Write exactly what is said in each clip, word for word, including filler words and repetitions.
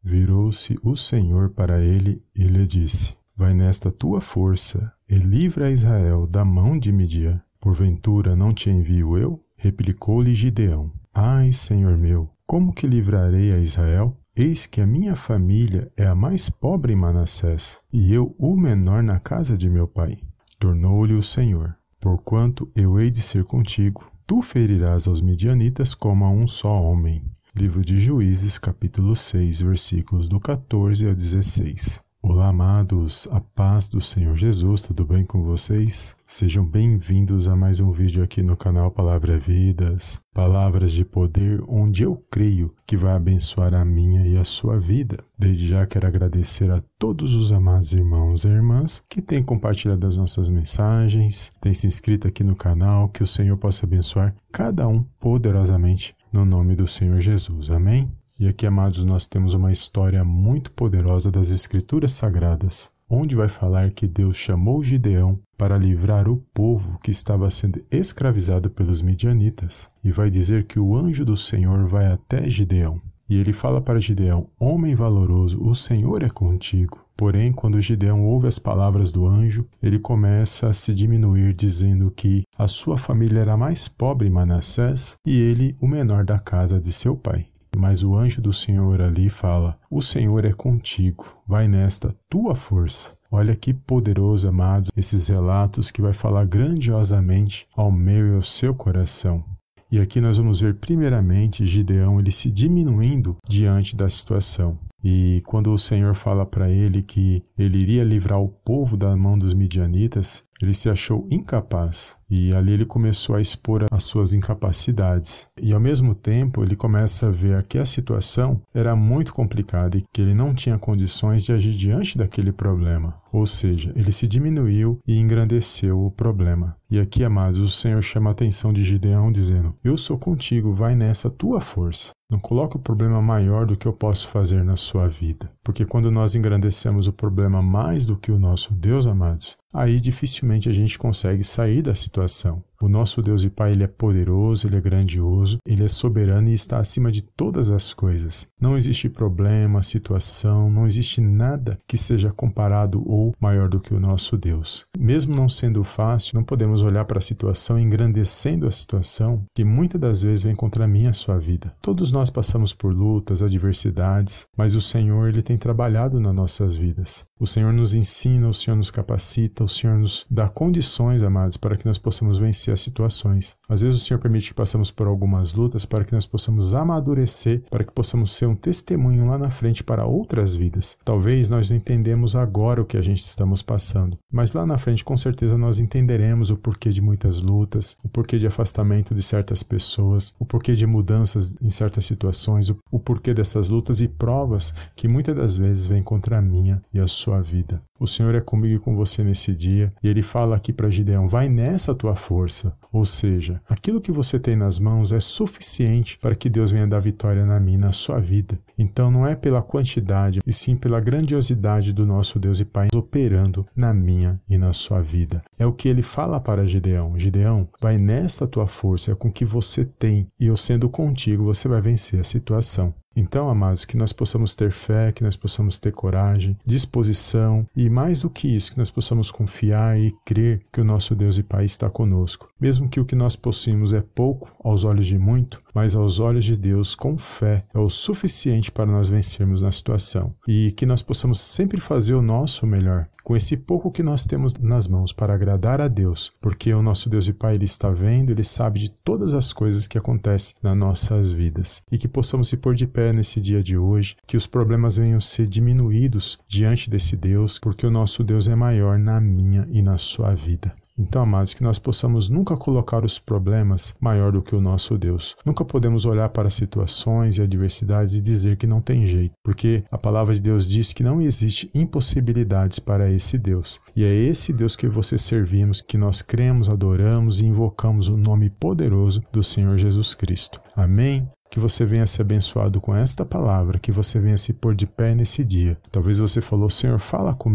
Virou-se o Senhor para ele e lhe disse: Vai nesta tua força e livra a Israel da mão de Midian. Porventura não te envio eu? Replicou-lhe Gideão: Ai, Senhor meu, como que livrarei a Israel? Eis que a minha família é a mais pobre em Manassés, e eu o menor na casa de meu pai. Tornou-lhe o Senhor: Porquanto eu hei de ser contigo, tu ferirás aos midianitas como a um só homem. Livro de Juízes, capítulo seis, versículos do quatorze ao dezesseis. Olá, amados, a paz do Senhor Jesus, tudo bem com vocês? Sejam bem-vindos a mais um vídeo aqui no canal Palavra Vidas, palavras de poder, onde eu creio que vai abençoar a minha e a sua vida. Desde já quero agradecer a todos os amados irmãos e irmãs que têm compartilhado as nossas mensagens, têm se inscrito aqui no canal, que o Senhor possa abençoar cada um poderosamente no nome do Senhor Jesus. Amém? E aqui, amados, nós temos uma história muito poderosa das Escrituras Sagradas, onde vai falar que Deus chamou Gideão para livrar o povo que estava sendo escravizado pelos midianitas. E vai dizer que o anjo do Senhor vai até Gideão. E ele fala para Gideão: Homem valoroso, o Senhor é contigo. Porém, quando Gideão ouve as palavras do anjo, ele começa a se diminuir, dizendo que a sua família era mais pobre em Manassés e ele o menor da casa de seu pai. Mas o anjo do Senhor ali fala: O Senhor é contigo, vai nesta tua força. Olha que poderoso, amados, esses relatos que vai falar grandiosamente ao meu e ao seu coração. E aqui nós vamos ver primeiramente Gideão ele se diminuindo diante da situação. E quando o Senhor fala para ele que ele iria livrar o povo da mão dos midianitas, ele se achou incapaz. E ali ele começou a expor as suas incapacidades. E ao mesmo tempo ele começa a ver que a situação era muito complicada e que ele não tinha condições de agir diante daquele problema. Ou seja, ele se diminuiu e engrandeceu o problema. E aqui, amados, o Senhor chama a atenção de Gideão dizendo: Eu sou contigo, vai nessa tua força. Não coloque o problema maior do que eu posso fazer na sua vida. Porque quando nós engrandecemos o problema mais do que o nosso Deus, amados, aí dificilmente a gente consegue sair da situação. O nosso Deus e Pai, Ele é poderoso, Ele é grandioso, Ele é soberano e está acima de todas as coisas. Não existe problema, situação, não existe nada que seja comparado ou maior do que o nosso Deus. Mesmo não sendo fácil, não podemos olhar para a situação engrandecendo a situação que muitas das vezes vem contra mim e a sua vida. Todos nós passamos por lutas, adversidades, mas o Senhor, Ele tem trabalhado nas nossas vidas. O Senhor nos ensina, o Senhor nos capacita, o Senhor nos dá condições, amados, para que nós possamos vencer as situações. Às vezes o Senhor permite que passemos por algumas lutas para que nós possamos amadurecer, para que possamos ser um testemunho lá na frente para outras vidas. Talvez nós não entendemos agora o que a gente estamos passando, mas lá na frente com certeza nós entenderemos o porquê de muitas lutas, o porquê de afastamento de certas pessoas, o porquê de mudanças em certas situações, o, o porquê dessas lutas e provas que muitas das vezes vêm contra a minha e a sua vida. O Senhor é comigo e com você nesse dia, e Ele fala aqui para Gideão: vai nessa tua força. Ou seja, aquilo que você tem nas mãos é suficiente para que Deus venha dar vitória na minha e na sua vida. Então não é pela quantidade, e sim pela grandiosidade do nosso Deus e Pai operando na minha e na sua vida. É o que Ele fala para Gideão: Gideão, vai nesta tua força, é com o que você tem, e eu sendo contigo, você vai vencer a situação. Então, amados, que nós possamos ter fé, que nós possamos ter coragem, disposição e mais do que isso, que nós possamos confiar e crer que o nosso Deus e Pai está conosco. Mesmo que o que nós possuímos é pouco aos olhos de muito, mas aos olhos de Deus, com fé, é o suficiente para nós vencermos na situação. E que nós possamos sempre fazer o nosso melhor, com esse pouco que nós temos nas mãos, para agradar a Deus, porque o nosso Deus e Pai, Ele está vendo, Ele sabe de todas as coisas que acontecem nas nossas vidas. E que possamos se pôr de pé nesse dia de hoje, que os problemas venham ser diminuídos diante desse Deus, porque o nosso Deus é maior na minha e na sua vida. Então, amados, que nós possamos nunca colocar os problemas maior do que o nosso Deus. Nunca podemos olhar para situações e adversidades e dizer que não tem jeito, porque a palavra de Deus diz que não existe impossibilidades para esse Deus. E é esse Deus que você servimos, que nós cremos, adoramos e invocamos o nome poderoso do Senhor Jesus Cristo. Amém? Que você venha ser abençoado com esta palavra, que você venha se pôr de pé nesse dia. Talvez você falou: Senhor, fala comigo.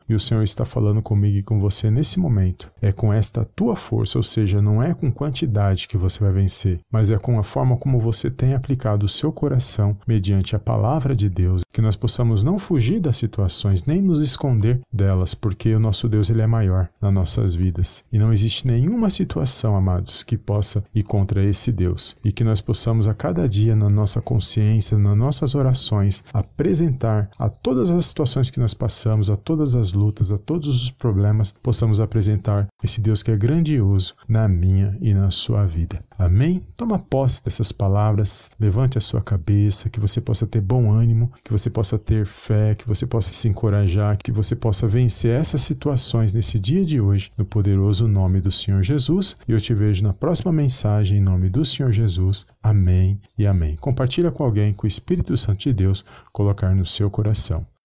E o Senhor está falando comigo e com você nesse momento. É com esta tua força, ou seja, não é com quantidade que você vai vencer, mas é com a forma como você tem aplicado o seu coração mediante a palavra de Deus, que nós possamos não fugir das situações, nem nos esconder delas, porque o nosso Deus ele é maior nas nossas vidas. E não existe nenhuma situação, amados, que possa ir contra esse Deus. E que nós possamos a cada dia, na nossa consciência, nas nossas orações, apresentar a todas as situações que nós passamos, a todas as lutas, a todos os problemas, possamos apresentar esse Deus que é grandioso na minha e na sua vida. Amém? Toma posse dessas palavras, levante a sua cabeça, que você possa ter bom ânimo, que você possa ter fé, que você possa se encorajar, que você possa vencer essas situações nesse dia de hoje, no poderoso nome do Senhor Jesus. E eu te vejo na próxima mensagem em nome do Senhor Jesus. Amém e amém. Compartilha com alguém que o Espírito Santo de Deus colocar no seu coração.